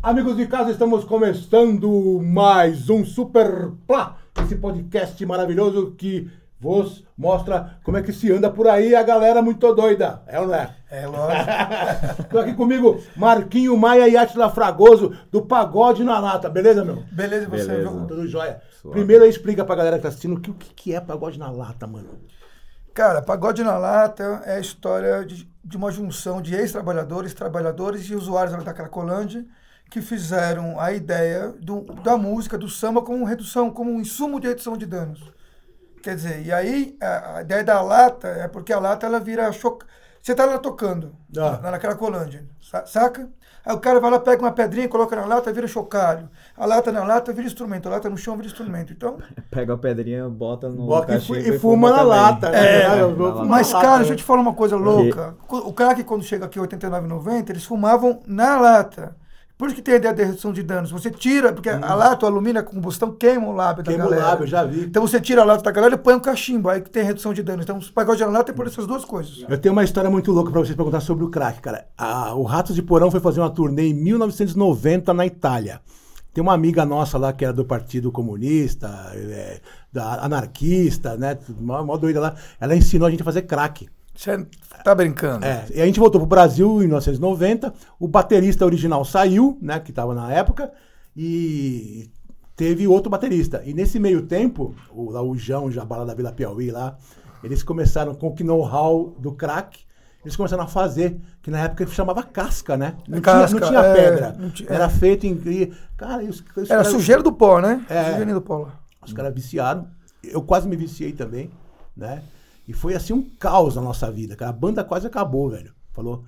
Amigos de casa, estamos começando mais um Super Plá, esse podcast maravilhoso que vos mostra como é que se anda por aí a galera muito doida. É ou não é? É, lógico. Estou aqui comigo, Marquinho Maia e Átila Fragoso, do Pagode na Lata. Beleza, meu? Beleza, e você, João? Tudo jóia. Suave. Primeiro aí explica pra galera que tá assistindo o que é Pagode na Lata, mano. Cara, Pagode na Lata é a história de uma junção de ex-trabalhadores, trabalhadores e usuários da Cracolândia que fizeram a ideia da música, do samba, como redução, como um insumo de redução de danos. Quer dizer, e aí a ideia da lata é porque a lata ela vira Você tá lá tocando, na Cracolândia, saca? Aí o cara vai lá, pega uma pedrinha, coloca na lata, vira chocalho. A lata na lata vira instrumento, a lata no chão vira instrumento. Então, Pega a pedrinha, bota no cachimbo e fuma na também. lata. mas, cara, deixa eu te falar uma coisa louca. O crack, quando chega aqui em 89, 90, eles fumavam na lata. Por isso que tem a ideia de redução de danos. Você tira, porque a lata, o alumínio, a combustão queima o lábio da galera. Queima o lábio, já vi. Então você tira a lata da galera e põe um cachimbo, aí que tem redução de danos. Então o Pagode na Lata é por essas duas coisas. Eu tenho uma história muito louca pra vocês perguntar sobre o crack, cara. O Ratos de Porão foi fazer uma turnê em 1990 na Itália. Tem uma amiga nossa lá que era do Partido Comunista, da anarquista, né? Mó doida lá. Ela ensinou a gente a fazer crack. Você tá brincando? E a gente voltou pro Brasil em 1990. O baterista original saiu, né? Que tava na época. E teve outro baterista. E nesse meio tempo, o João, Jabala da Vila Piauí lá, eles começaram com o know-how do crack. Eles começaram a fazer, que na época chamava casca, né? Não tinha pedra. Era feito em... Cara, era sujeira do pó, né? Sujeirinha do pó lá. Os caras viciaram. Eu quase me viciei também, né? E foi assim um caos na nossa vida, cara. A banda quase acabou, velho. Falou?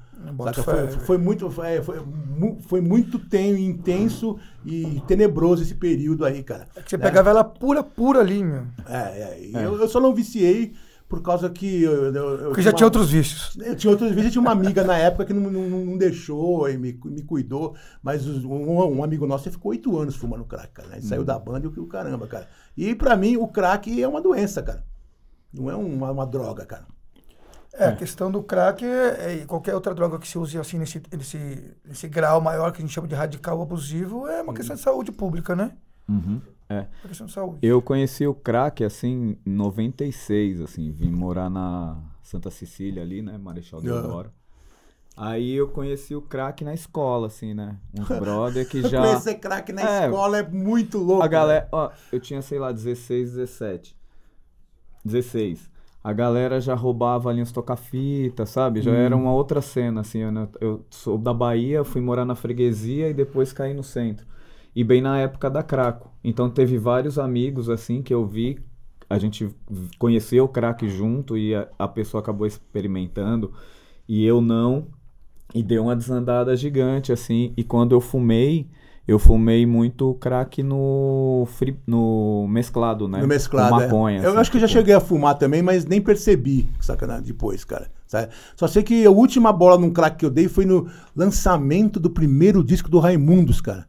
Foi muito intenso e tenebroso esse período aí, cara. É que você pegava ela pura ali, meu. Eu só não viciei por causa que... Porque já tinha outros vícios. Eu tinha outros vícios. Eu tinha uma amiga na época que não deixou e me cuidou. Mas um amigo nosso ele ficou 8 anos fumando crack, cara. Ele saiu da banda e o caramba, cara. E pra mim o crack é uma doença, cara. Não é uma droga, cara. A questão do crack e qualquer outra droga que se use assim nesse grau maior que a gente chama de radical abusivo é uma questão de saúde pública, né? Uhum. Uma questão de saúde. Eu conheci o crack, assim, em 96, assim, vim morar na Santa Cecília ali, né, Marechal Deodoro. Aí eu conheci o crack na escola, assim, né, uns brother que já... Conhecer crack na escola é muito louco. A galera, eu tinha, sei lá, 16, 17. 16. A galera já roubava ali uns toca-fita, sabe? Já era uma outra cena, assim. Eu sou da Bahia, fui morar na freguesia e depois caí no centro. E bem na época da Craco. Então teve vários amigos, assim, que eu vi. A gente conheceu o crack junto e a pessoa acabou experimentando. E eu não. E deu uma desandada gigante, assim. E quando eu fumei muito crack no mesclado, né? No mesclado, com maconha. Eu assim, acho que eu já cheguei a fumar também, mas nem percebi, sacanagem, depois, cara. Sabe? Só sei que a última bola num crack que eu dei foi no lançamento do primeiro disco do Raimundos, cara.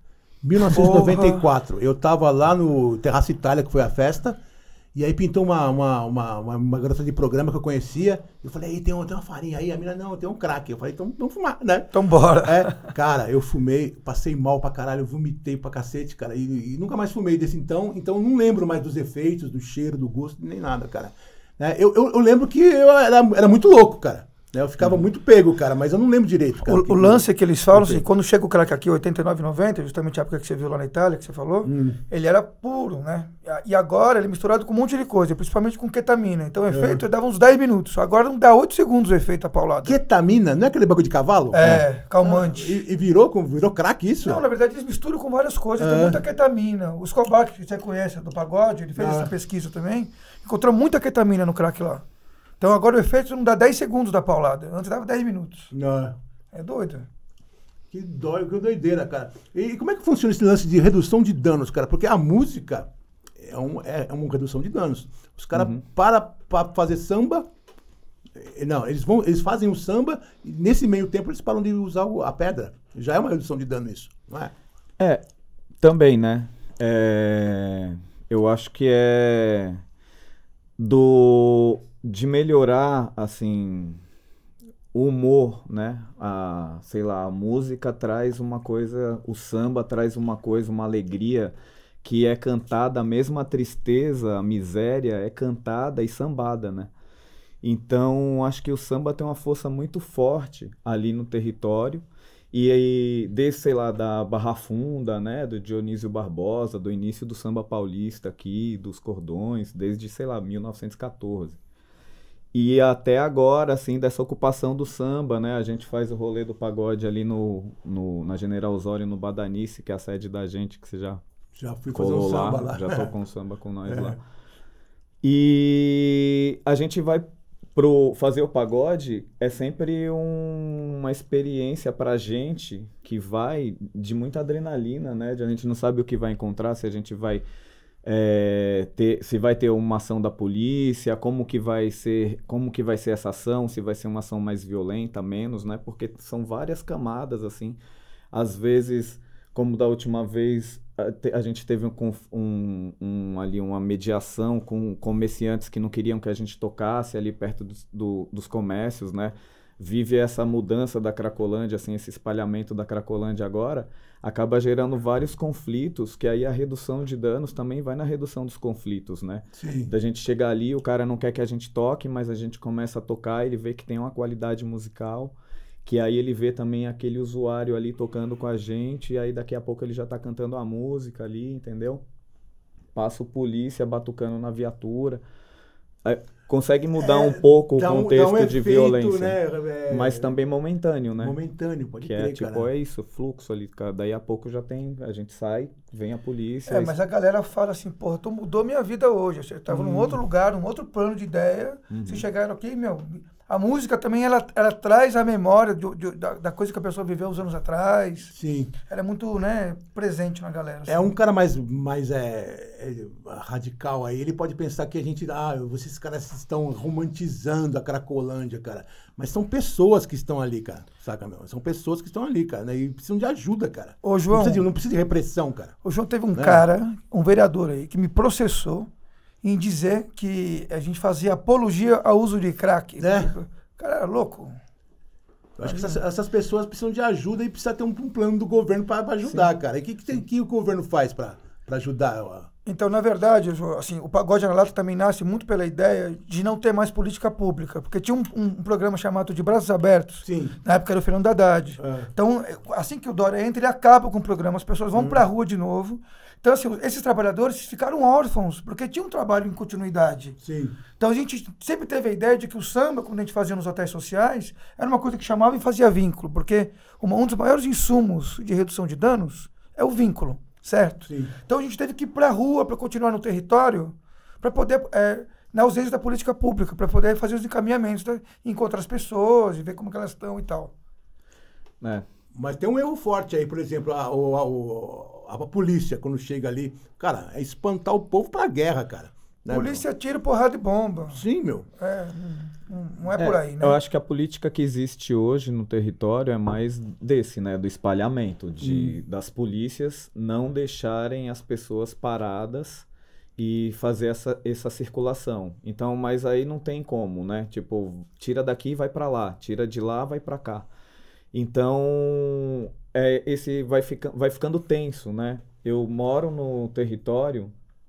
1994. Eu tava lá no Terraço Itália, que foi a festa, e aí pintou uma garota de programa que eu conhecia. Eu falei, aí tem uma farinha aí. A menina, não, tem um crack. Eu falei, então vamos fumar, né? Então bora. Cara, eu fumei, passei mal pra caralho, vomitei pra cacete, cara. E nunca mais fumei desse então não lembro mais dos efeitos, do cheiro, do gosto, nem nada, cara. Eu lembro que eu era muito louco, cara. Eu ficava muito pego, cara, mas eu não lembro direito, cara. O lance é que eles falam assim, quando chega o crack aqui, 89, 90, justamente a época que você viu lá na Itália, que você falou, ele era puro, né? E agora ele é misturado com um monte de coisa, principalmente com ketamina. Então o efeito dava uns 10 minutos. Agora não dá 8 segundos o efeito a paulada. Ketamina? Não é aquele bagulho de cavalo? Calmante. E virou crack isso? Não, na verdade eles misturam com várias coisas. Tem muita ketamina. O Escobar, que você conhece, do Pagode, ele fez essa pesquisa também, encontrou muita ketamina no crack lá. Então agora o efeito não dá 10 segundos da paulada. Antes dava 10 minutos. Não. É doido. Que doideira, cara. E como é que funciona esse lance de redução de danos, cara? Porque a música é uma redução de danos. Os caras para fazer samba. Não, eles fazem o samba e nesse meio tempo eles param de usar a pedra. Já é uma redução de dano isso, não é? Também, né? Eu acho que de melhorar, assim, o humor, né? Sei lá, a música traz uma coisa, o samba traz uma coisa, uma alegria que é cantada, a mesma tristeza, a miséria é cantada e sambada, né? Então, acho que o samba tem uma força muito forte ali no território. E aí, desde, sei lá, da Barra Funda, né, do Dionísio Barbosa, do início do samba paulista aqui, dos cordões, desde, sei lá, 1914. E até agora, assim, dessa ocupação do samba, né, a gente faz o rolê do pagode ali na General Osório, no Badanice, que é a sede da gente, que você já fui fazer um colou samba lá. já tocou um samba com nós lá. E a gente vai fazer o pagode, é sempre uma experiência pra gente que vai de muita adrenalina, né? A gente não sabe o que vai encontrar, se a gente vai se vai ter uma ação da polícia, como que vai ser essa ação, se vai ser uma ação mais violenta, menos, né? Porque são várias camadas, assim. Às vezes, como da última vez, a gente teve ali uma mediação com comerciantes que não queriam que a gente tocasse ali perto dos comércios, né? Vive essa mudança da Cracolândia, assim, esse espalhamento da Cracolândia agora, acaba gerando vários conflitos, que aí a redução de danos também vai na redução dos conflitos, né? Sim. Da gente chegar ali, o cara não quer que a gente toque, mas a gente começa a tocar, ele vê que tem uma qualidade musical, que aí ele vê também aquele usuário ali tocando com a gente, e aí daqui a pouco ele já tá cantando a música ali, entendeu? Passa o polícia batucando na viatura. Consegue mudar um pouco o contexto de efeito, violência, né? mas também momentâneo, né? Momentâneo, pode que crer, tipo, cara. é isso, fluxo ali, cara. Daí a pouco a gente sai, vem a polícia. Mas a galera fala assim, porra, tu mudou minha vida hoje. Você tava num outro lugar, num outro plano de ideia. Vocês chegaram aqui, a música também, ela traz a memória da coisa que a pessoa viveu uns anos atrás. Sim. Ela é muito, né, presente na galera. Assim. É um cara mais radical aí, ele pode pensar que a gente, esses caras estão romantizando a Cracolândia, cara. Mas são pessoas que estão ali, cara, saca, meu? São pessoas que estão ali, cara, né? E precisam de ajuda, cara. Ô, João, não precisa de repressão, cara. O João teve um cara, um vereador aí, que me processou em dizer que a gente fazia apologia ao uso de crack. O cara era louco. Eu acho que essas pessoas precisam de ajuda e precisa ter um plano do governo para ajudar, cara. E o que o governo faz para ajudar? Então, na verdade, João, assim, o Pagode na Lata também nasce muito pela ideia de não ter mais política pública. Porque tinha um programa chamado de Braços Abertos. Sim. Na época era o Fernando Haddad. Então, assim que o Dória entra, ele acaba com o programa. As pessoas vão para a rua de novo. Então, assim, esses trabalhadores ficaram órfãos, porque tinha um trabalho em continuidade. Sim. Então, a gente sempre teve a ideia de que o samba, quando a gente fazia nos hotéis sociais, era uma coisa que chamava e fazia vínculo, porque um dos maiores insumos de redução de danos é o vínculo, certo? Sim. Então, a gente teve que ir para a rua para continuar no território, para poder, na ausência da política pública, para poder fazer os encaminhamentos, encontrar as pessoas e ver como que elas estão e tal. Mas tem um erro forte aí, por exemplo, a polícia, quando chega ali, cara, é espantar o povo pra guerra, cara. Né, polícia tira porrada de bomba. Sim, meu. Não é por aí, né? Eu acho que a política que existe hoje no território é mais né, do espalhamento, das polícias não deixarem as pessoas paradas e fazer essa circulação. Então, mas aí não tem como, né? Tipo, tira daqui e vai pra lá, tira de lá, vai pra cá. Então, esse vai ficando tenso, né? Eu moro no território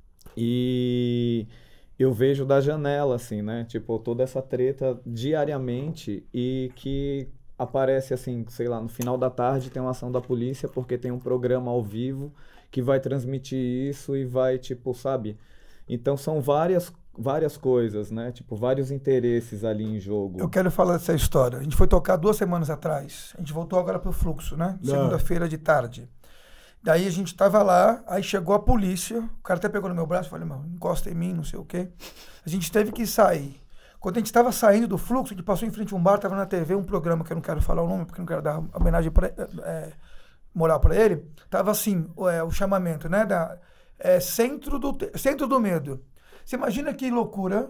e eu vejo da janela, assim, né? Tipo, toda essa treta diariamente e que aparece, assim, sei lá, no final da tarde tem uma ação da polícia porque tem um programa ao vivo que vai transmitir isso e vai, tipo, sabe? Então, são várias coisas, né? Tipo, vários interesses ali em jogo. Eu quero falar dessa história. A gente foi tocar 2 semanas atrás. A gente voltou agora pro Fluxo, né? Segunda-feira de tarde. Daí a gente tava lá, aí chegou a polícia, o cara até pegou no meu braço e falou, encosta em mim, não sei o quê. A gente teve que sair. Quando a gente tava saindo do Fluxo, a gente passou em frente a um bar, tava na TV, um programa que eu não quero falar o nome, porque eu não quero dar homenagem moral pra ele. Tava assim, o chamamento, né? Centro do Medo. Você imagina que loucura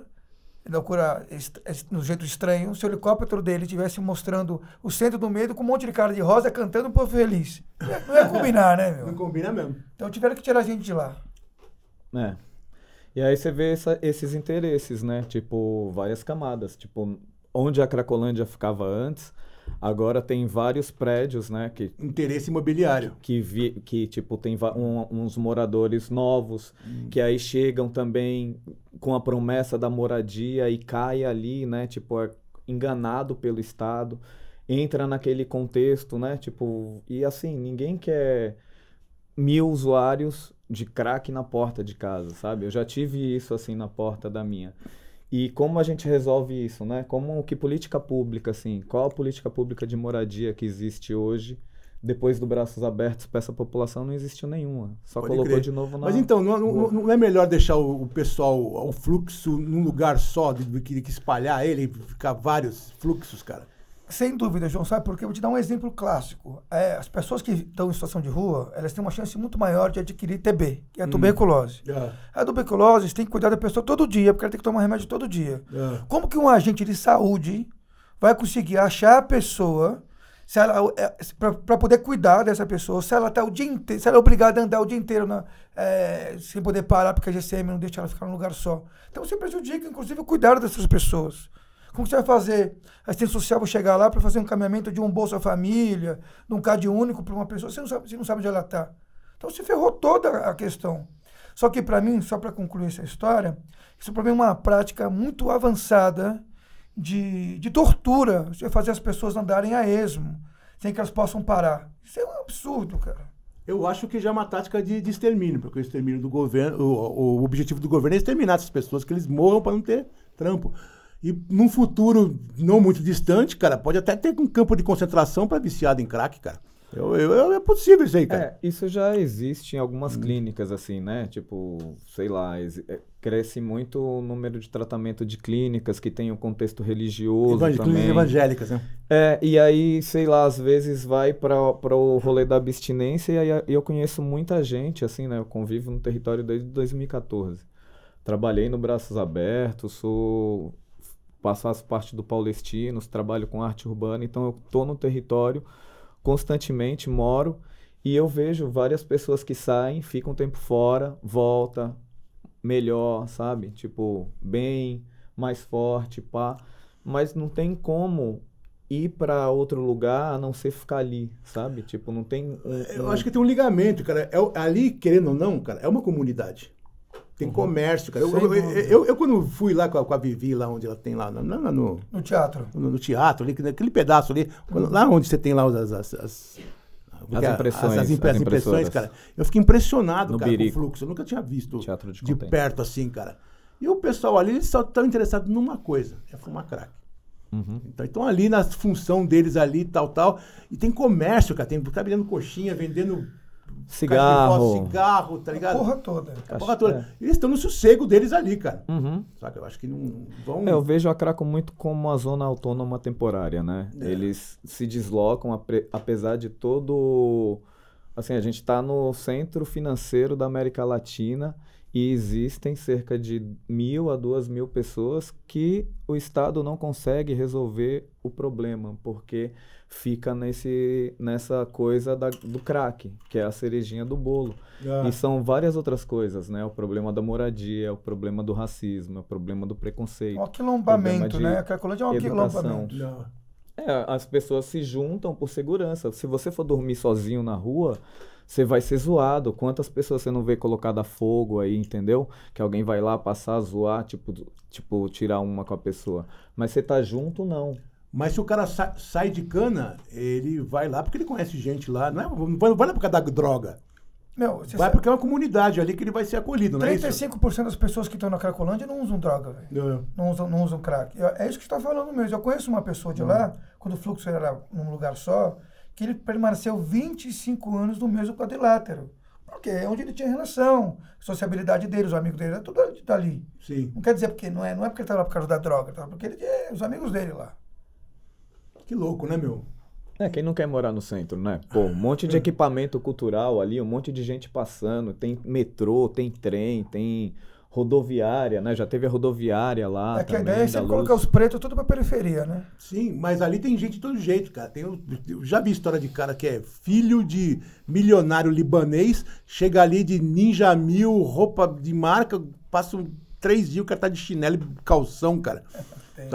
no jeito estranho, se o helicóptero dele estivesse mostrando o Centro do Medo com um monte de cara de rosa cantando um povo feliz. Não ia combinar, né, meu? Não combina mesmo. Então tiveram que tirar a gente de lá. E aí você vê esses interesses, né? Tipo, várias camadas. Tipo, onde a Cracolândia ficava antes, agora tem vários prédios, né? Interesse imobiliário. Que tipo, tem uns moradores novos, que aí chegam também com a promessa da moradia e cai ali, né? Tipo, é enganado pelo Estado, entra naquele contexto, né? Tipo, e assim, ninguém quer 1.000 usuários de crack na porta de casa, sabe? Eu já tive isso assim na porta da minha. E como a gente resolve isso, né? Que política pública, assim, qual a política pública de moradia que existe hoje, depois do Braços Abertos para essa população, não existiu nenhuma. Só Pode colocou crer. de novo na... Mas então, não é melhor deixar o pessoal, o fluxo num lugar só, do que espalhar ele, ficar vários fluxos, cara? Sem dúvida, João, sabe por quê? Eu vou te dar um exemplo clássico. As pessoas que estão em situação de rua, elas têm uma chance muito maior de adquirir TB, que é a tuberculose. A tuberculose, você tem que cuidar da pessoa todo dia, porque ela tem que tomar remédio todo dia. Como que um agente de saúde vai conseguir achar a pessoa para poder cuidar dessa pessoa, se ela tá o dia inteiro, se ela é obrigada a andar o dia inteiro sem poder parar, porque a GCM não deixa ela ficar num lugar só. Então você prejudica, inclusive, o cuidado dessas pessoas. Como você vai fazer? A assistência social vai chegar lá para fazer um encaminhamento de um Bolsa Família, de um CAD único para uma pessoa, você não sabe onde ela está. Então você ferrou toda a questão. Só que para mim, só para concluir essa história, isso para mim é uma prática muito avançada de tortura. Você vai fazer as pessoas andarem a esmo, sem que elas possam parar. Isso é um absurdo, cara. Eu acho que já é uma tática de extermínio, porque o extermínio do governo, o objetivo do governo é exterminar essas pessoas, que eles morram para não ter trampo. E num futuro não muito distante, cara, pode até ter um campo de concentração para viciado em crack, cara. É possível isso aí, cara. Isso já existe em algumas clínicas, assim, né? Tipo, sei lá, cresce muito o número de tratamento de clínicas que tem um contexto religioso também. Clínicas evangélicas, né? E aí, sei lá, às vezes vai para o rolê da abstinência e aí eu conheço muita gente, assim, né? Eu convivo no território desde 2014. Trabalhei no Braços Abertos, faço parte do Paulestinos, trabalho com arte urbana, então eu estou no território constantemente, moro, e eu vejo várias pessoas que saem, ficam um tempo fora, volta, melhor, sabe? Tipo, bem, mais forte, pá. Mas não tem como ir para outro lugar a não ser ficar ali, sabe? Tipo, não tem... Eu acho que tem um ligamento, cara. Ali, querendo ou não, cara, é uma comunidade. Tem comércio, cara. Eu quando fui lá com a Vivi, lá onde ela tem lá, no teatro. No teatro, ali, naquele pedaço ali, lá onde você tem lá as impressões, cara. Eu fiquei impressionado, cara, com o fluxo. Eu nunca tinha visto de perto assim, cara. E o pessoal ali, eles só estão interessados numa coisa, é fumar crack. Então ali na função deles ali, tal. E tem comércio, cara. Tem tá vendendo coxinha, vendendo... Cigarro, tá ligado? A porra toda. Eles estão no sossego deles ali, cara. Saca? Eu acho que não vão... Eu vejo a Craco muito como uma zona autônoma temporária, né? Eles se deslocam, apesar de todo... Assim, a gente está no centro financeiro da América Latina e existem cerca de 1.000 a 2.000 pessoas que o Estado não consegue resolver o problema, porque... fica nessa coisa do crack, que é a cerejinha do bolo. E são várias outras coisas, né? O problema da moradia, o problema do racismo, o problema do preconceito. Um aquilombamento, né? A Cracolândia é um aquilombamento. As pessoas se juntam por segurança. Se você for dormir sozinho na rua, você vai ser zoado. Quantas pessoas você não vê colocada a fogo aí, entendeu? Que alguém vai lá passar, zoar, tipo tirar uma com a pessoa. Mas você tá junto, não. Mas se o cara sai de ele vai lá porque ele conhece gente lá. Não vai lá por causa da droga. Vai porque é uma comunidade ali que ele vai ser acolhido, não é isso? 35% das pessoas que estão na Cracolândia não usam droga, velho. Não usam crack. É isso que você está falando mesmo. Eu conheço uma pessoa de lá, quando o fluxo era num lugar só, que ele permaneceu 25 anos no mesmo quadrilátero. Porque é onde ele tinha relação, a sociabilidade dele, os amigos dele, tudo ali. Sim. Não quer dizer porque não é porque ele estava lá por causa da droga, porque ele tinha os amigos dele lá. Que louco, né, meu? Quem não quer morar no centro, né? Pô, um monte de equipamento cultural ali, um monte de gente passando, tem metrô, tem trem, tem rodoviária, né? Já teve a rodoviária lá. É que a ideia é sempre colocar os pretos tudo pra periferia, né? Sim, mas ali tem gente de todo jeito, cara. Eu já vi história de cara que é filho de milionário libanês, chega ali de Ninja 1000, roupa de marca, passa 3 dias, o cara tá de chinelo e calção, cara. Saca?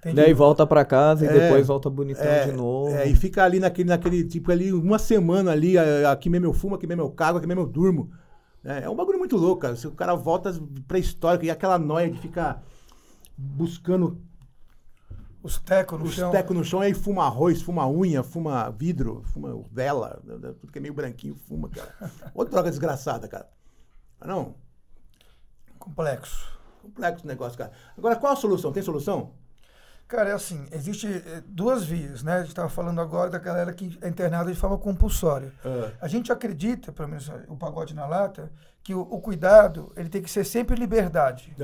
Entendi. Daí volta pra casa e depois volta bonitão de novo. E fica ali naquele tipo ali, uma semana ali, aqui mesmo eu fumo, aqui mesmo eu cago, aqui mesmo eu durmo. É um bagulho muito louco, cara. Se o cara volta pré-histórico e aquela noia de ficar buscando Os tecos no chão. Aí fuma arroz, fuma unha, fuma vidro, fuma vela, tudo que é meio branquinho, fuma, cara. Outra droga desgraçada, cara. Não. Complexo Complexo o negócio, cara. Agora, qual a solução? Tem solução? Cara, é assim, existe duas vias, né? A gente estava falando agora da galera que é internada de forma compulsória. A gente acredita, pelo menos o Pagode na Lata, que o cuidado, ele tem que ser sempre liberdade.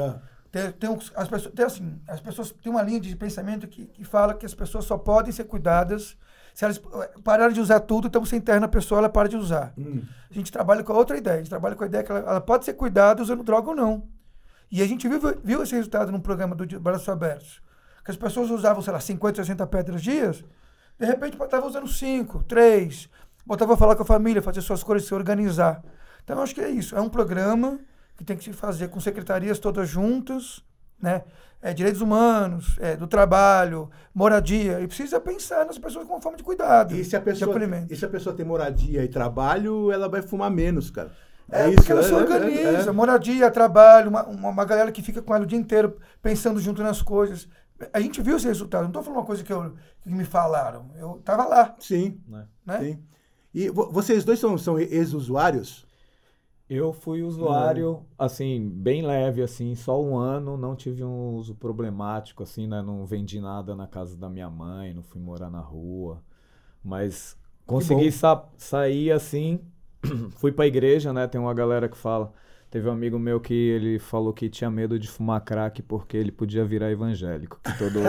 As pessoas têm uma linha de pensamento que fala que as pessoas só podem ser cuidadas se elas pararem de usar tudo, então você interna a pessoa, ela para de usar. A gente trabalha com a outra ideia, a gente trabalha com a ideia que ela pode ser cuidada usando droga ou não. E a gente viu esse resultado num programa do Braços Abertos. Que as pessoas usavam, sei lá, 50, 60 pedras dias, de repente estavam usando 5, 3, botava a falar com a família, fazer suas coisas, se organizar. Então, eu acho que é isso. É um programa que tem que se fazer com secretarias todas juntas, né? Direitos humanos, do trabalho, moradia. E precisa pensar nas pessoas com forma de cuidado, de acolhimento. E se a pessoa tem moradia e trabalho, ela vai fumar menos, cara. Porque ela se organiza. Moradia, trabalho, uma galera que fica com ela o dia inteiro pensando junto nas coisas. A gente viu esse resultado. Não estou falando uma coisa que me falaram. Eu estava lá. Sim. Né? Sim. E vocês dois são ex-usuários? Eu fui usuário, assim, bem leve, assim, só 1 ano, não tive um uso problemático, assim, né? Não vendi nada na casa da minha mãe, não fui morar na rua. Mas consegui sair, assim, fui pra igreja, né? Tem uma galera que fala... Teve um amigo meu que ele falou que tinha medo de fumar crack porque ele podia virar evangélico. Que todo...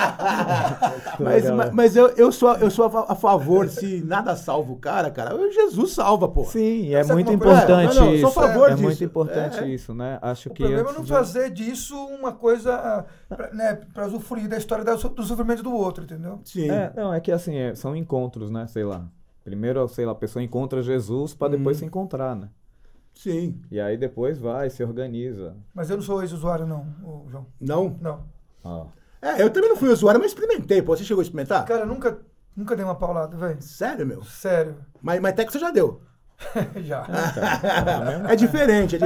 mas eu sou a favor, se nada salva o cara, Jesus salva, pô. Sim, é muito importante isso. Eu sou a favor disso. Muito importante isso, né? Acho que o problema é não fazer disso uma coisa, né, pra usufruir da história do sofrimento do outro, entendeu? Sim. É que assim, são encontros, né? Sei lá. Primeiro, sei lá, a pessoa encontra Jesus para depois se encontrar, né? Sim. E aí depois vai, se organiza. Mas eu não sou ex-usuário, não, João. Não? Não. Eu também não fui usuário, mas experimentei. Pô, você chegou a experimentar? Cara, nunca dei uma paulada, velho. Sério, meu? Sério. Mas até que você já deu. Já. É diferente.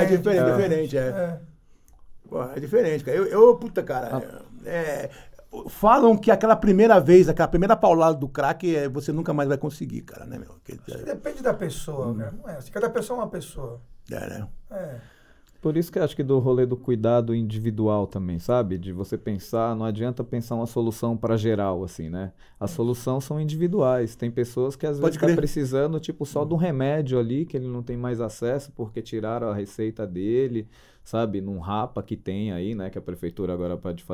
Pô, é diferente, cara. Puta, cara. Falam que aquela primeira paulada do crack, você nunca mais vai conseguir, cara, né, meu? Depende da pessoa, cara. Não é assim. Cada pessoa é uma pessoa. Né? Por isso que eu acho que do rolê do cuidado individual também, sabe? De você pensar, não adianta pensar uma solução para geral, assim, né? As soluções são individuais. Tem pessoas que às vezes estão precisando, tipo, só de um remédio ali, que ele não tem mais acesso porque tiraram a receita dele, sabe? Num rapa que tem aí, né? Que a prefeitura agora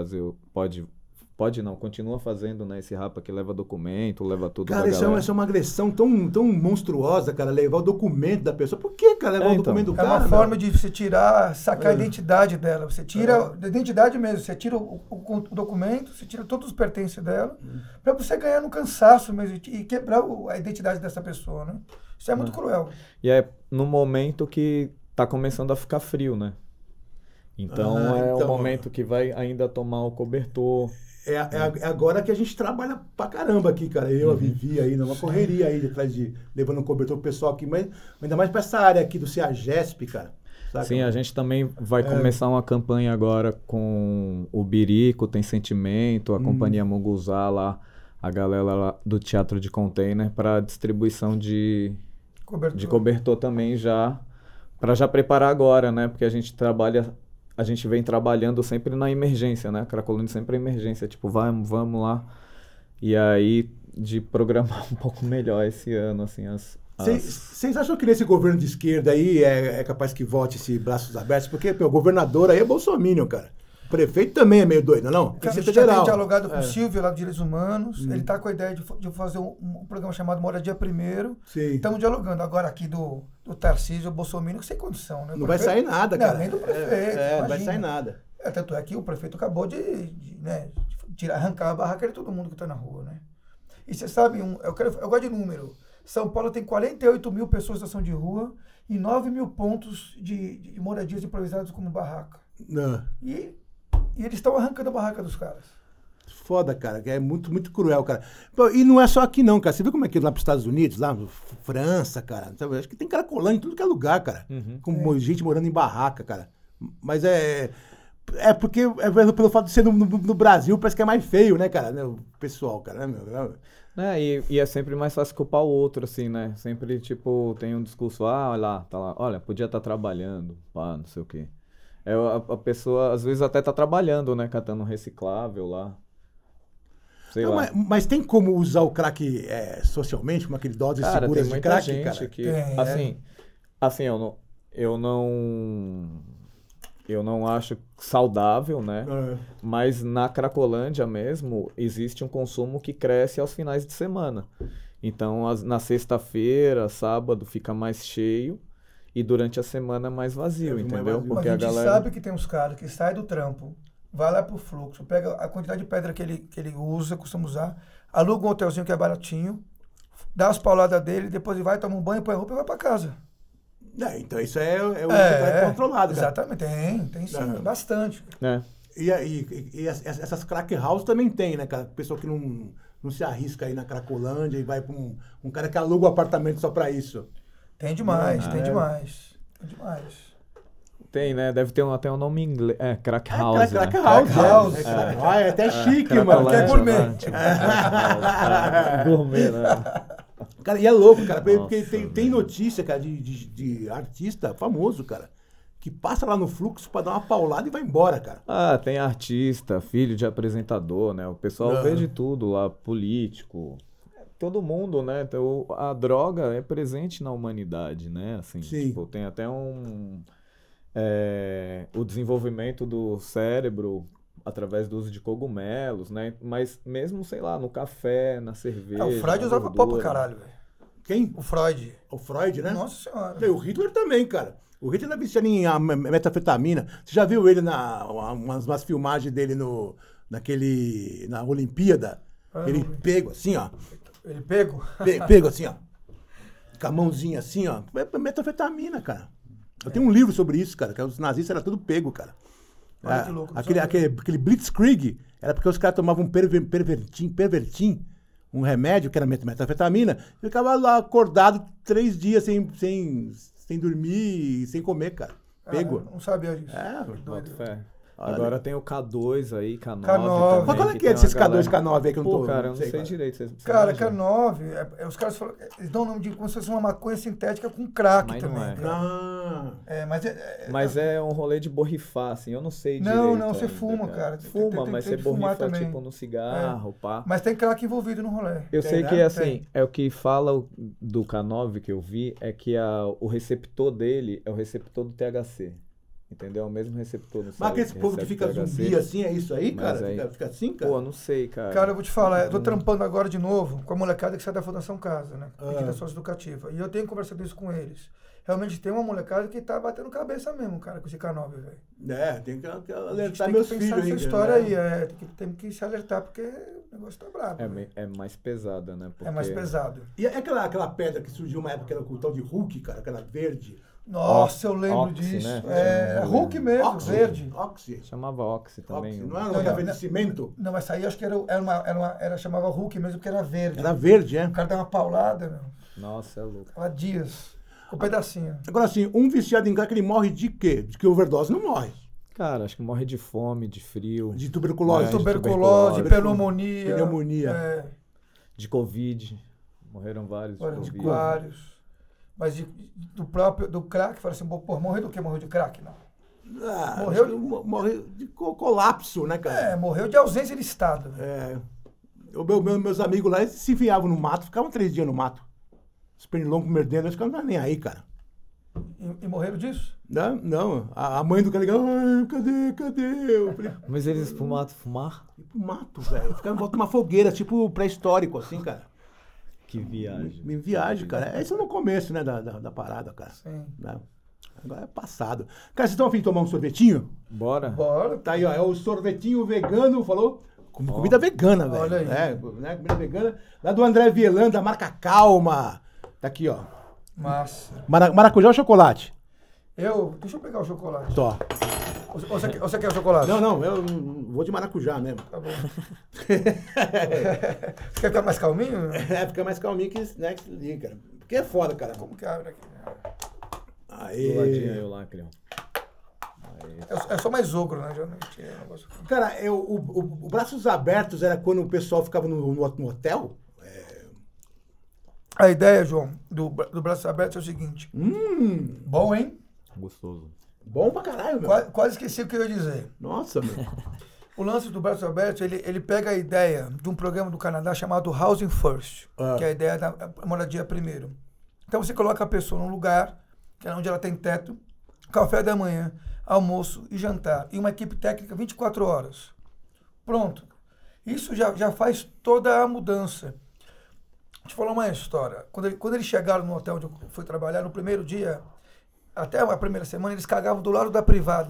pode não, continua fazendo, né, esse rapa que leva documento, leva tudo da galera. Cara, isso é uma agressão tão monstruosa, cara, levar o documento da pessoa. Por que, cara, levar o documento do cara? É uma forma de você sacar a identidade dela. Você tira a identidade mesmo, você tira o documento, você tira todos os pertences dela, para você ganhar no cansaço mesmo e quebrar a identidade dessa pessoa, né? Isso é muito cruel. E é no momento que tá começando a ficar frio, né? Então o momento que vai ainda tomar o cobertor. É agora que a gente trabalha pra caramba aqui, cara. Eu, a Vivi aí, numa correria aí, levando um cobertor pro pessoal aqui, mas ainda mais pra essa área aqui do CEAGESP, cara. Saca? Sim, a gente também vai começar uma campanha agora com o Birico, Tem Sentimento, a Companhia Munguzá lá, a galera lá do Teatro de Container, para distribuição de cobertor também já, para já preparar agora, né? Porque a gente vem trabalhando sempre na emergência, né? Cracolândia sempre é emergência, tipo, vamos lá. E aí, de programar um pouco melhor esse ano, assim, Vocês acham que nesse governo de esquerda aí é capaz que vote esse Braços Abertos? Porque o governador aí é bolsominion, cara. O prefeito também é meio doido, não? Tem que ser federal. A gente já tem dialogado com o Silvio, lá do Direitos Humanos. Ele está com a ideia de fazer um programa chamado Moradia Primeiro. Estamos dialogando agora aqui do Tarcísio, Bolsonaro, sem condição, né? Não vai sair nada, cara. Nem do prefeito. Não vai sair nada. Tanto é que o prefeito acabou de arrancar a barraca de todo mundo que está na rua, né? E você sabe, eu gosto de número. São Paulo tem 48 mil pessoas em situação de rua e 9 mil pontos de moradias improvisadas como barraca. E eles estão arrancando a barraca dos caras. Foda, cara, que é muito, muito cruel, cara. Pô, e não é só aqui não, cara. Você viu como é que é lá pros Estados Unidos, lá, França, cara? Sabe? Acho que tem cracolândia em tudo que é lugar, cara. Com gente morando em barraca, cara. Mas é porque, pelo fato de ser no Brasil, parece que é mais feio, né, cara? Né, o pessoal, cara, né, meu? E é sempre mais fácil culpar o outro, assim, né? Sempre, tipo, tem um discurso, olha lá, tá lá, olha, podia estar trabalhando, pá, não sei o quê. A pessoa, às vezes, até tá trabalhando, né? Catando um reciclável lá. Sei Não, lá. mas tem como usar o crack socialmente, como aquele doses Cara, tem seguras de muita crack, gente cara? que... Assim, eu não acho saudável, né? Mas na Cracolândia mesmo, existe um consumo que cresce aos finais de semana. Então, na sexta-feira, sábado, fica mais cheio e durante a semana mais vazio, entendeu? Mas Porque a gente a galera... sabe que tem uns caras que saem do trampo, vai lá pro fluxo, pega a quantidade de pedra que ele usa, costuma usar, aluga um hotelzinho que é baratinho, dá as pauladas dele, depois ele vai, toma um banho, põe a roupa e vai pra casa. Então isso é o controlado, cara. Exatamente, tem sim, bastante. E essas crack house também tem, né, cara? Pessoa que não se arrisca aí na Cracolândia e vai pra um cara que aluga um apartamento só pra isso. Tem demais, tem demais. Tem, né? Deve ter até um nome em inglês. Crack House. Crack né? House. É até chique, mano. É gourmet. Né? Tipo, gourmet, né? Cara, e é louco, cara, porque tem notícia, cara, de artista famoso, cara, que passa lá no fluxo pra dar uma paulada e vai embora, cara. Tem artista, filho de apresentador, né? O pessoal vê de tudo lá, político, todo mundo, né? Então, a droga é presente na humanidade, né? Assim, Sim. Tipo, tem até o desenvolvimento do cérebro através do uso de cogumelos, né? Mas mesmo, sei lá, no café, na cerveja... O Freud na usava pó pra caralho, velho. Quem? O Freud. O Freud, né? Nossa senhora. E o Hitler também, cara. O Hitler era viciado em metafetamina. Você já viu ele umas filmagens dele na Olimpíada? Ele pego assim, ó. Ele pego? Pego assim, ó. Com a mãozinha assim, ó. É metafetamina, cara. Eu tenho um livro sobre isso, cara. Que os nazistas eram tudo pego, cara. Olha que louco. Aquele Blitzkrieg era porque os caras tomavam um pervertim, um remédio que era metafetamina, e ficava lá acordado 3 dias sem dormir e sem comer, cara. Pego. Não sabia disso. Boto fé. Agora tem o K2 aí, K9. K9. Mas qual é que é desses K2 e K9 aí que eu não tô... Cara, eu não sei cara. direito. Você Cara, imagina. K9, os caras falam, eles dão o nome de como se fosse uma maconha sintética com crack Mas também. não é. Cara. Mas é um rolê de borrifar, assim, eu não sei direito. Não, você ainda, fuma, cara. Fuma, Tem mas que você fumar borrifa, também. tipo, no cigarro, pá. Mas tem crack envolvido no rolê. Eu sei né? que, assim, Tem. é o que fala do K9 que eu vi, é que o receptor dele é o receptor do THC. Entendeu? É o mesmo receptor no Mas cérebro aquele povo que recebe fica THC. zumbi assim, é isso aí, Mas cara? aí- Fica assim, cara? Pô, não sei, cara. Cara, eu vou te falar, eu tô trampando agora de novo com a molecada que sai da Fundação Casa, né? Aqui Ah. da Socioeducativa. E eu tenho conversado isso com eles. Realmente tem uma molecada que tá batendo cabeça mesmo, cara, com esse K9, velho. Tem que A gente alertar tem meus que filhos pensar aí. nessa história aí, tem que se alertar porque o negócio tá brabo. velho. É mais pesada, né? É mais Porque- pesado. E aquela pedra que surgiu uma época, que era com o tal de Hulk, cara, aquela verde. Nossa, eu lembro Oxy, disso. né? É Hulk mesmo, Oxy. verde. Oxy. Chamava Oxy também. Oxy. Não era Não, uma café não. de cimento? Não, essa aí acho que chamava Hulk mesmo, porque era verde. Era verde, é? O cara dá uma paulada, meu. Nossa, é louco. Ela dias. Com um pedacinho. Agora, assim, um viciado em crack, ele morre de quê? De que overdose não morre. Cara, acho que morre de fome, de frio, De tuberculose. de Tuberculose, tuberculose. pneumonia. de Covid. Morreram vários de De Covid. vários. Mas do crack, fala assim, pô, morreu do quê? Morreu de crack? Não. Morreu de colapso, né, cara? Morreu de ausência de Estado. Meus amigos lá, eles se enfiavam no mato, ficavam 3 dias no mato. Os pernilongos mordendo, eles ficavam nem aí, cara. E morreram disso? Não. A mãe do cara ligava, ai, cadê? Eu falei, Mas eles pro mato fumar? ir pro mato, velho. Ficava em volta de uma fogueira, tipo pré-histórico, assim, cara. Que viagem. Em viagem, cara. Esse é no começo, né, da parada, cara. Sim. Né? Agora é passado. Cara, vocês estão a fim de tomar um sorvetinho? Bora? Bora. Tá aí, ó. É o sorvetinho vegano, falou? Comida vegana, velho. Olha aí. Né? Comida vegana. Lá do André Vielan, da marca Calma. Tá aqui, ó. Massa. Maracujá ou chocolate? Deixa eu pegar o chocolate. Tó. Ou você quer o chocolate? Não, eu vou de maracujá mesmo. Tá bom. Você quer ficar mais calminho? Fica mais calminho que, né, que se liga, cara. Porque é foda, cara. Como que abre aqui? Aí. Do ladinho aí, o lacre, ó. É só mais ogro, né? Já não tinha negócio. Cara, o Braços Abertos era quando o pessoal ficava no hotel? A ideia, João, do Braços Abertos é o seguinte. Bom, hein? Gostoso. Bom pra caralho, meu. Quase esqueci o que eu ia dizer. Nossa, meu. O lance do Braços Abertos, ele pega a ideia de um programa do Canadá chamado Housing First, que é a ideia da moradia primeiro. Então você coloca a pessoa num lugar, que é onde ela tem teto, café da manhã, almoço e jantar, e uma equipe técnica 24 horas. Pronto. Isso já faz toda a mudança. Deixa eu falar uma história. Quando eles chegaram no hotel onde eu fui trabalhar, no primeiro dia, até a primeira semana, eles cagavam do lado da privada.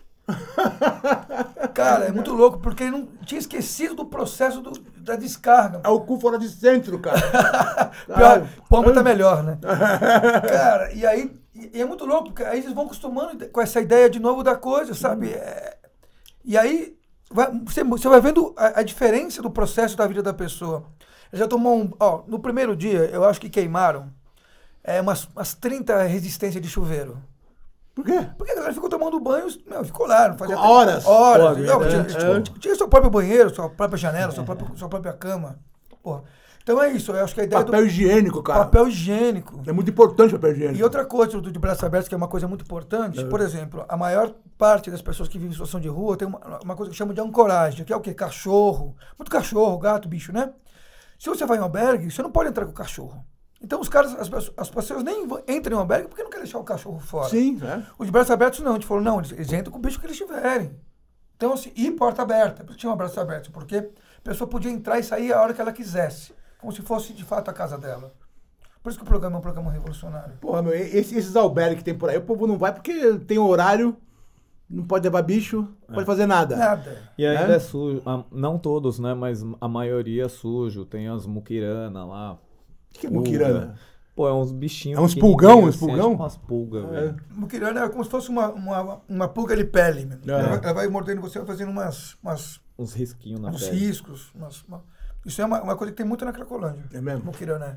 Cara, é muito louco, porque ele não tinha esquecido do processo da descarga. É o cu fora de centro, cara. Pior, pomba tá melhor, né? Cara, e aí e é muito louco, porque aí eles vão acostumando com essa ideia de novo da coisa, sabe? E aí você vai vendo a diferença do processo da vida da pessoa. Já tomou no primeiro dia, eu acho que queimaram umas 30 resistências de chuveiro. Por quê? Porque a galera ficou tomando banho, ficou lá, não fazia horas. Horas. Pô, tinha seu próprio banheiro, sua própria janela, sua própria cama. Porra. Então é isso, eu acho que a ideia papel higiênico, cara. Papel higiênico. É muito importante o papel higiênico. E outra coisa de Braços Abertos, que é uma coisa muito importante, por exemplo, a maior parte das pessoas que vivem em situação de rua tem uma coisa que chama de ancoragem, que é o quê? Cachorro. Muito cachorro, gato, bicho, né? Se você vai em albergue, você não pode entrar com o cachorro. Então os caras, as pessoas nem entram em albergue porque não querem deixar o cachorro fora. Sim, é. Os de Braços Abertos não, a gente falou, não, eles entram com o bicho que eles tiverem. Então assim, e porta aberta, tinha um Braços Abertos, porque a pessoa podia entrar e sair a hora que ela quisesse, como se fosse de fato a casa dela. Por isso que o programa é um programa revolucionário. Porra, meu, esses albergues que tem por aí, o povo não vai porque tem horário, não pode levar bicho, não pode fazer nada. Nada. E ainda é sujo, não todos, né, mas a maioria é sujo, tem as muquiranas lá. O que é muquirana? Pô, é uns bichinhos. É uns pulgão, assim, tipo umas pulgas, velho. Muquirana é como se fosse uma pulga de pele. Ela vai mordendo você, vai fazendo uns risquinhos na uns pele. Riscos. Isso é uma coisa que tem muito na Cracolândia. É mesmo? Muquirana.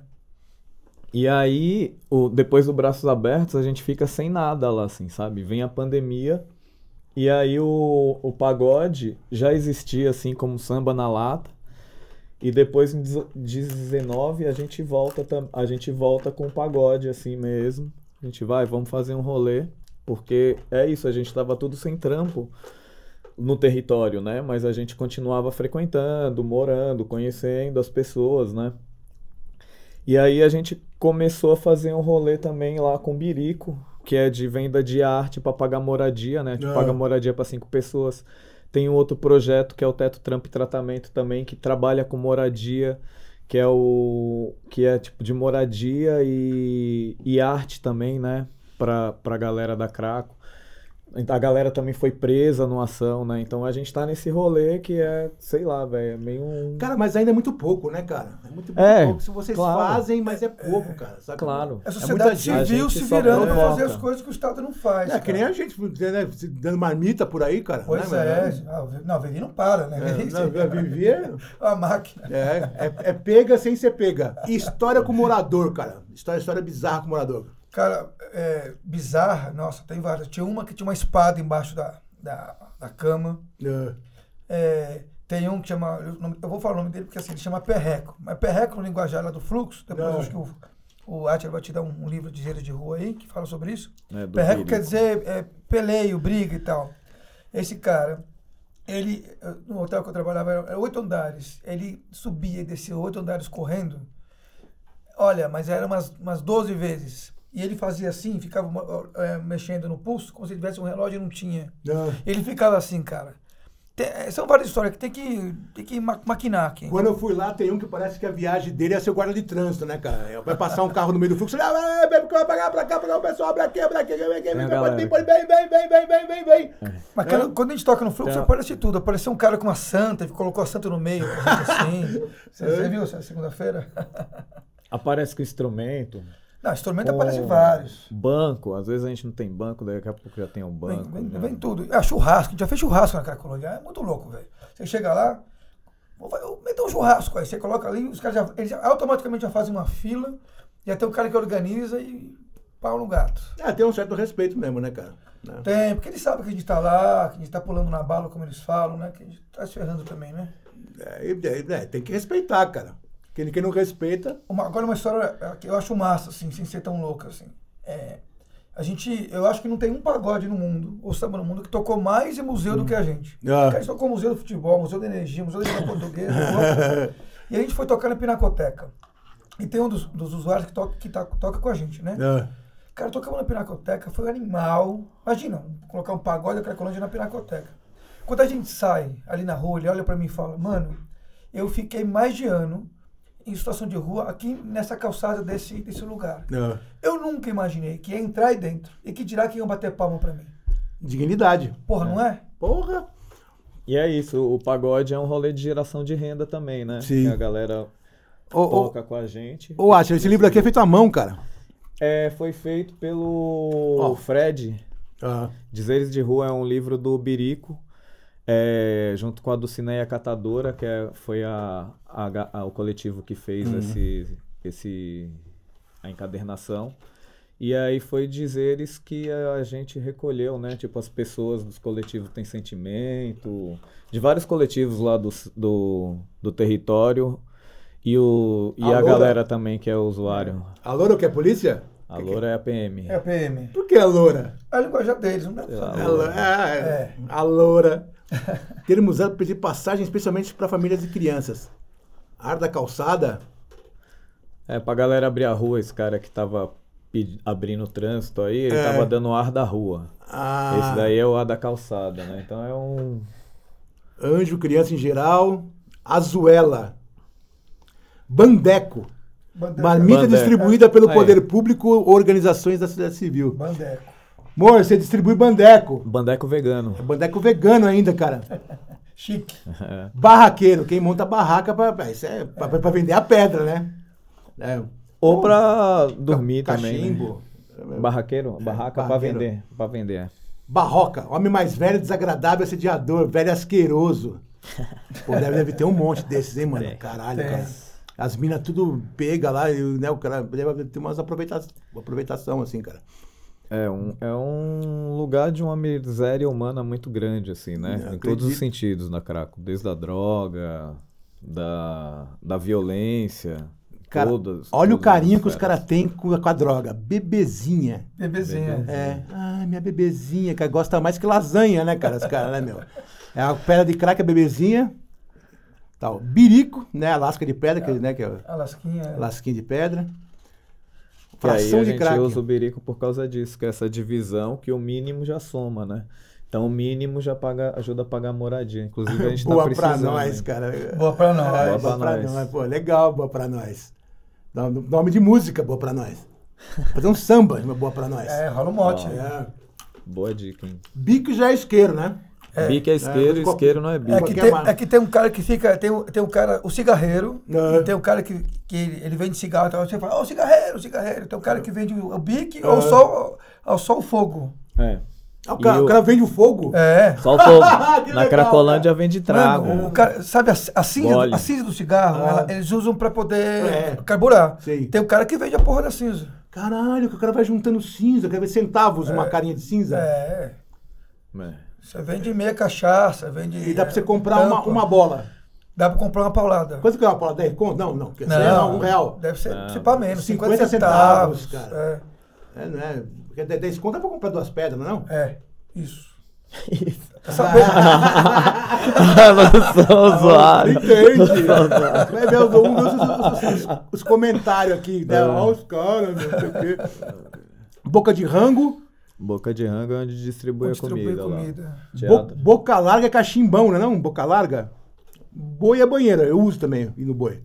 E aí, depois do Braços Abertos, a gente fica sem nada lá, assim, sabe? Vem a pandemia, e aí o pagode já existia, assim, como samba na lata. E depois, em 19, a gente volta com o pagode, assim mesmo. A gente vamos fazer um rolê, porque é isso, a gente tava tudo sem trampo no território, né? Mas a gente continuava frequentando, morando, conhecendo as pessoas, né? E aí a gente começou a fazer um rolê também lá com o Birico, que é de venda de arte para pagar moradia, né? A gente paga moradia para 5 pessoas. Tem um outro projeto que é o Teto Trampo e Tratamento também, que trabalha com moradia, que é tipo de moradia e arte também, né? Pra galera da Craco. A galera também foi presa numa ação, né? Então a gente tá nesse rolê que é, sei lá, velho, é meio um... Cara, mas ainda é muito pouco, né, cara? É muito pouco. Se vocês fazem, mas é pouco, cara. Sabe? Claro. A sociedade civil se virando pra fazer as coisas que o Estado não faz. É que nem a gente, né, dando marmita por aí, cara. Pois né, Não, Vivi não para, né? Vivi é... A máquina. É pega sem ser pega. E história com morador, cara. História bizarra com morador. Cara, bizarra, nossa, tem várias. Tinha uma que tinha uma espada embaixo da cama. Tem um que chama, eu vou falar o nome dele porque assim, ele chama Perreco. Mas Perreco no linguajar lá do fluxo, depois eu acho que o Átila vai te dar um livro de gírias de rua aí, que fala sobre isso. Perreco quer dizer peleio, briga e tal. Esse cara, ele, no hotel que eu trabalhava, era 8 andares. Ele subia e descia 8 andares correndo. Olha, mas era umas 12 vezes. E ele fazia assim, ficava mexendo no pulso, como se tivesse um relógio e não tinha. Ele ficava assim, cara. São várias histórias que tem que maquinar aqui. Quando eu fui lá, tem um que parece que a viagem dele é ser guarda de trânsito, né, cara? Vai passar um carro no meio do fluxo, vai pagar pra cá, o pessoal, abre aqui, vem. Mas quando a gente toca no fluxo, aparece tudo. Apareceu um cara com uma santa, colocou a santa no meio, assim. Você viu essa segunda-feira? Aparece com instrumento. Não, instrumento aparece vários. Banco, às vezes a gente não tem banco, daqui a pouco já tem um banco. Vem tudo. Churrasco, a gente já fez churrasco na Cracolândia, é muito louco, velho. Você chega lá, vou meter um churrasco, aí você coloca ali, os caras eles automaticamente já fazem uma fila, já tem o cara que organiza e pau no gato. Tem um certo respeito mesmo, né, cara? Né? Tem, porque eles sabem que a gente tá lá, que a gente tá pulando na bala, como eles falam, né? Que a gente tá se ferrando também, né? Tem que respeitar, cara. Quem não respeita... Agora uma história que eu acho massa, assim, sem ser tão louca, assim. Eu acho que não tem um pagode no mundo, ou samba no mundo, que tocou mais em museu do que a gente. A gente tocou Museu do Futebol, Museu da Energia, Museu da Língua Portuguesa. E a gente foi tocar na Pinacoteca. E tem um dos usuários que toca com a gente, né? Cara, tocamos na Pinacoteca, foi um animal. Imagina, colocar um pagode da Cracolândia na Pinacoteca. Quando a gente sai ali na rua, ele olha pra mim e fala, mano, eu fiquei mais de ano em situação de rua aqui nessa calçada desse lugar. Eu nunca imaginei que ia entrar aí dentro e que dirá que iam bater palma pra mim. Dignidade. Porra, não é? Porra! E é isso, o pagode é um rolê de geração de renda também, né? Sim. Que a galera toca com a gente. Ô, Atila, esse livro aqui é feito à mão, cara. Foi feito pelo Fred. Dizeres de Rua é um livro do Birico, junto com a Dulcineia Catadora, que foi o coletivo que fez a encadernação. E aí foi dizeres que a gente recolheu, né? Tipo, as pessoas dos coletivos Tem Sentimento, de vários coletivos lá do território. E a galera também que é usuário. A Loura o que é polícia? A Loura é a PM. É a PM. Por que a Loura? É a linguagem deles, não dá pra saber. A Loura. Termo usado para pedir passagem especialmente para famílias e crianças. Ar da calçada. Pra galera abrir a rua, esse cara que tava abrindo o trânsito aí, ele tava dando ar da rua. Esse daí é o ar da calçada, né? Então é um... Anjo, criança em geral. Azuela. Bandeco. Marmita distribuída pelo poder público ou organizações da sociedade civil. Bandeco. Amor, você distribui bandeco. Bandeco vegano. É bandeco vegano ainda, cara. Chique. Barraqueiro. Quem monta barraca isso é pra vender a pedra, né? Ou pra dormir também. Cachimbo. Né? Barraqueiro? Barraca barraqueiro. pra vender. Barroca. Homem mais velho, desagradável, assediador, velho asqueroso. Pô, deve ter um monte desses, hein, mano? Caralho, cara. As minas tudo pega lá, né? O cara deve ter umas aproveitação, assim, cara. É um lugar de uma miséria humana muito grande, assim, né? Em todos os sentidos na Craco. Desde a droga, da violência, cara, olha o carinho que os caras têm com a droga. Bebezinha. Minha bebezinha, que gosta mais que lasanha, né, cara? Os caras, né, meu? É a pedra de crack, a bebezinha. Tal. Birico, né? A lasca de pedra, que é a lasquinha. Lasquinha de pedra. Fração de crack. A gente usa o birico por causa disso, que é essa divisão que o mínimo já soma, né? Então o mínimo já ajuda a pagar a moradia. Inclusive a gente boa tá precisando. Boa pra nós, cara. Boa pra nós. Boa pra nós. Pô, legal, boa pra nós. Nome de música, boa pra nós. Fazer um samba, boa pra nós. Rola um mote. Boa dica, hein? Bico já é isqueiro, né? Bico é isqueiro, isqueiro não é bico. É que tem um cara que fica, tem um cara, o cigarreiro, e tem um cara que ele vende cigarro, então você fala, cigarreiro. Tem um cara que vende o bico ou só o fogo. O cara vende o fogo? Só o fogo. Na Cracolândia vende trago. Mano, o cara, sabe a cinza do cigarro, eles usam pra poder carburar. Sim. Tem um cara que vende a porra da cinza. Caralho, que o cara vai juntando cinza, quer ver centavos, uma carinha de cinza. Você vende meia cachaça, vende... E dá pra você comprar uma bola. Dá pra comprar uma paulada. Quanto que é uma paulada? 10 conto? Não. Não, R$1. Deve ser pra menos, 50 centavos, cara. Não é? Porque 10 conto dá pra comprar 2 pedras, não é? Isso. Não sou usuário. Entende? Vai ver os comentários aqui. Né? Olha os caras, não sei o quê. Boca de rango. Boca de rango é onde distribui a comida. Boca larga é cachimbão, não é não? Boca larga? Boi é banheira, eu uso também, ir no boi.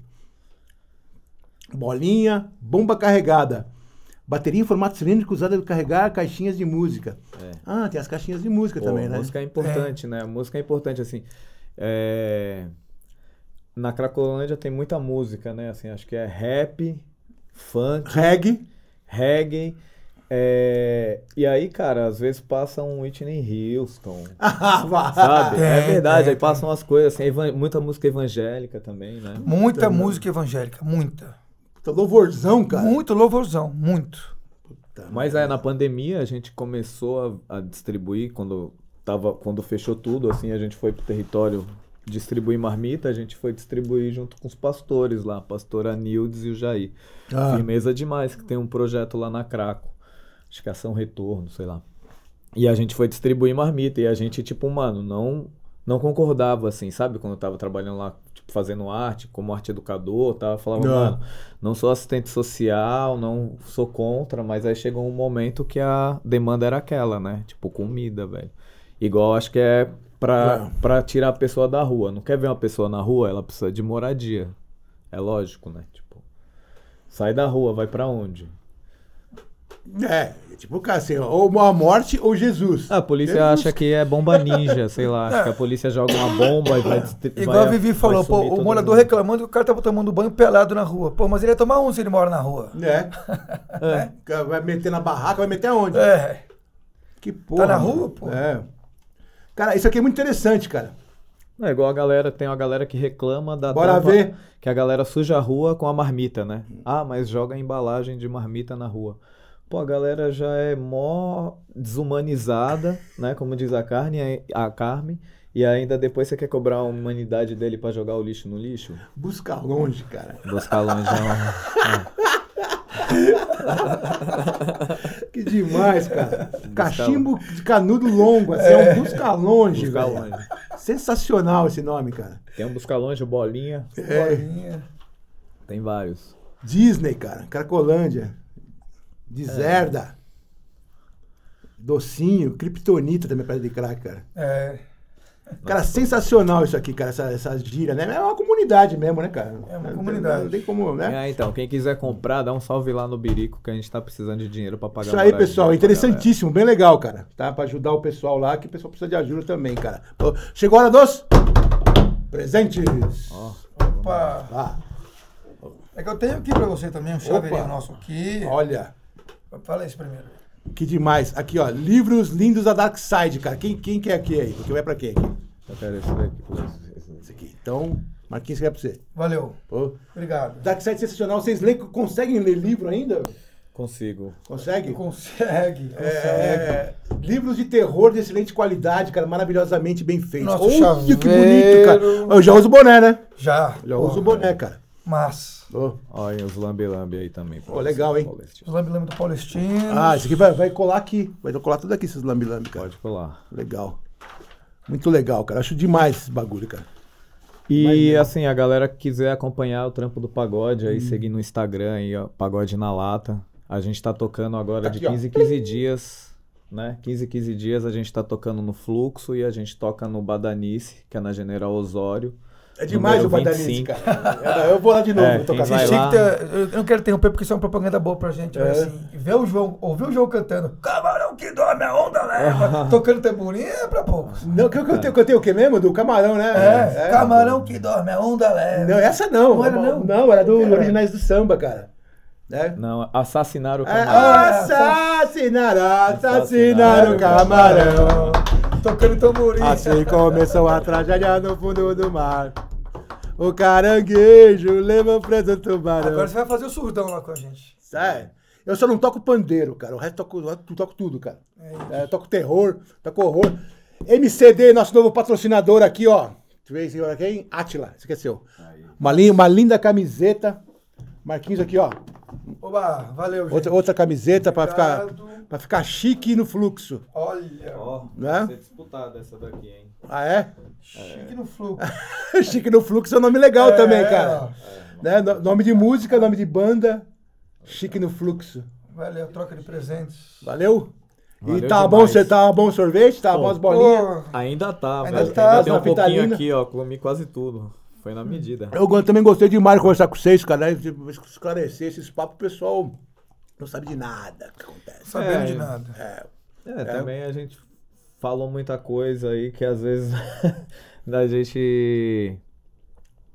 Bolinha, bomba carregada. Bateria em formato cilíndrico usada para carregar caixinhas de música. Tem as caixinhas de música também, né? Música é importante, né? Música é importante, assim. Na Cracolândia tem muita música, né? Assim, acho que é rap, funk... reggae. E aí, cara, às vezes passa um Whitney Houston, sabe? É verdade, aí passam umas coisas assim, muita música evangélica também, né? Muita música evangélica, muita. Louvorzão, cara. Muito louvorzão, muito. Mas aí na pandemia a gente começou a distribuir, quando fechou tudo, assim, a gente foi pro território distribuir marmita, a gente foi distribuir junto com os pastores lá, pastor Anildes e o Jair. Firmeza demais, que tem um projeto lá na Craco. Acho que é Ação Retorno, sei lá. E a gente foi distribuir marmita e a gente, tipo, mano, não concordava, assim, sabe? Quando eu tava trabalhando lá, tipo, fazendo arte, como arte educador, tava falando, mano, não sou assistente social, não sou contra, mas aí chegou um momento que a demanda era aquela, né? Tipo, comida, velho. Igual, acho que é pra tirar a pessoa da rua. Não quer ver uma pessoa na rua, ela precisa de moradia. É lógico, né? Tipo, sai da rua, vai pra onde? Tipo, cara, assim, ou a morte ou Jesus. A polícia acha que é bomba ninja, sei lá. Acho que a polícia joga uma bomba e vai... Igual a Vivi falou, pô, o morador reclamando que o cara tava tomando banho pelado na rua. Pô, mas ele ia tomar um se ele mora na rua. Vai meter na barraca, vai meter aonde? Que porra. Tá na rua, pô? Cara, isso aqui é muito interessante, cara. É igual tem uma galera que reclama da Bora ver. Que a galera suja a rua com a marmita, né? Mas joga a embalagem de marmita na rua. Pô, a galera já é mó desumanizada, né? Como diz a Carmen. E ainda depois você quer cobrar a humanidade dele pra jogar o lixo no lixo? Busca longe, cara. Buscar longe Que demais, cara. Cachimbo de canudo longo, assim, é um busca longe, velho. Sensacional esse nome, cara. Tem um busca longe, bolinha. Bolinha. Tem vários. Disney, cara. Cracolândia. Deserda. Docinho. Kryptonita também para de crack, cara. Cara, sensacional isso aqui, cara, essa gíria, né? É uma comunidade mesmo, né, cara? É uma comunidade. Não tem como, né? Então, quem quiser comprar, dá um salve lá no Birico, que a gente tá precisando de dinheiro pra pagar. Isso aí, pessoal, interessantíssimo, bem legal, cara. Tá? Pra ajudar o pessoal lá, que o pessoal precisa de ajuda também, cara. Chegou a hora dos presentes. Opa! É que eu tenho aqui pra você também um chaveirinho nosso aqui. Olha. Fala isso primeiro. Que demais. Aqui, ó, livros lindos da Dark Side, cara. Quem quer aqui aí? Porque vai pra quem aqui? Eu quero esse daqui. Esse aqui. Então, Marquinhos, quer pra você. Valeu. Obrigado. Dark Side sensacional. Vocês conseguem ler livro ainda? Consigo. Consegue? Consegue. Livros de terror de excelente qualidade, cara, maravilhosamente bem feitos. Nossa, olha que bonito, cara. Eu já uso boné, né? Já uso o boné, cara. Mas... Olha os lambe-lambe aí também. Legal, hein? Os lambe-lambe do Palestino. Esse aqui vai colar aqui. Vai colar tudo aqui, esses lambe-lambe, cara. Pode colar. Legal. Muito legal, cara. Acho demais esse bagulho, cara. E assim, a galera que quiser acompanhar o trampo do Pagode, aí seguir no Instagram aí, ó, Pagode na Lata. A gente tá tocando agora de 15 em 15 dias, né? 15 em 15 dias a gente tá tocando no Fluxo e a gente toca no Badanice, que é na General Osório. É demais o Badanice, cara. Eu vou lá de novo. Tocar eu não quero interromper porque isso é uma propaganda boa pra gente. Mas assim, ouvir o João cantando Camarão que dorme, a onda leva, tocando tamborim é pra poucos. Não, que eu cantei o quê mesmo? Do Camarão, né? Camarão que dorme, a onda leva. Não, essa não. Não era não? Não, era do Originais do Samba, cara. Não, assassinaram o camarão. Assassinaram o camarão. Tocando tamborim. Assim começou a tragédia no fundo do mar. O caranguejo levou preso o tubarão. Agora você vai fazer o surdão lá com a gente. Sério? Eu só não toco pandeiro, cara. O resto toco tudo, cara. Eu toco terror, toco horror. MCD, nosso novo patrocinador aqui, ó. Deixa eu ver quem? Átila, esqueceu. Uma linda camiseta. Marquinhos aqui, ó. Oba, valeu, gente. Outra camiseta pra ficar chique no fluxo. Olha. Vai ser disputada essa daqui, hein? Ah, é? Chique no fluxo. Chique no fluxo é um nome legal também, cara. Né? Nome de música, nome de banda. Chique no fluxo. Valeu, troca de presentes. Valeu? E Valeu tá bom o sorvete? Tá bom as bolinhas? Ainda tá, Ainda velho. tá, Ainda tem um pouquinho vitamina. aqui, ó. Comi quase tudo. Foi na medida. Eu também gostei demais de conversar com vocês, cara. Esclarecer esses papos, o pessoal não sabe de nada que acontece. Sabendo de nada. Também a gente falou muita coisa aí que às vezes da gente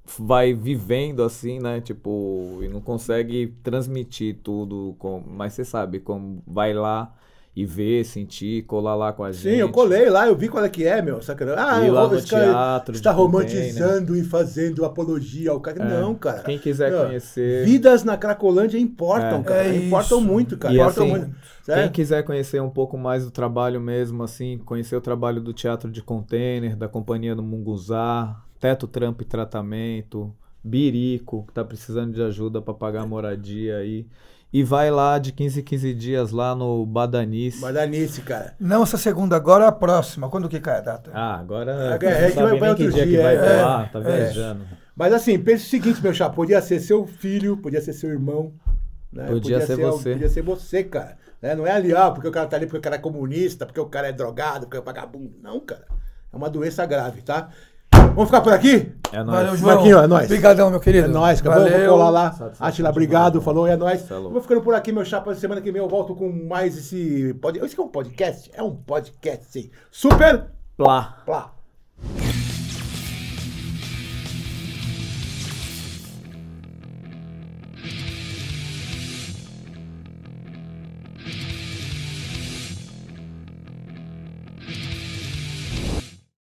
vai vivendo assim, né? Tipo, e não consegue transmitir tudo. Mas você sabe, como vai lá e ver, sentir, colar lá com a gente. Sim, eu colei lá, eu vi qual é que é, meu. Sacanagem. Ah, Ir lá no esse cara teatro está de Container. romantizando e fazendo apologia ao cara. Não, cara. Quem quiser Meu, conhecer. Vidas na Cracolândia importam, cara. É Importam isso. muito, cara. E Importam assim, muito. quem Certo? quiser conhecer um pouco mais do trabalho mesmo, assim, conhecer o trabalho do Teatro de Container, da Companhia do Munguzá, Teto Trampo e Tratamento, Birico, que tá precisando de ajuda para pagar a moradia aí. E vai lá de 15 em 15 dias lá no Badanice. Badanice, cara. Não essa segunda, agora a próxima. Quando que cai a data? Ah, agora É, não que sabe vai nem que outro dia que dia, vai é. voar, tá viajando. Mas assim, pense o seguinte, meu chapa, podia ser seu filho, podia ser seu irmão, né? Podia ser você. Podia ser você, cara. Né? Não é ali, porque o cara tá ali porque o cara é comunista, porque o cara é drogado, porque é vagabundo. Não, cara. É uma doença grave, tá? Vamos ficar por aqui? É Valeu, nóis. João. Marquinhos, é nóis. Obrigadão, meu querido. É nóis, acabou? Vou Valeu. colar lá. Satisfação Atila, de obrigado, volta. falou, é nóis. Falou. Vou ficando por aqui, meu chapa. Semana que vem eu volto com mais esse podcast. Isso aqui é um podcast? É um podcast, sim. Super Plá. Plá.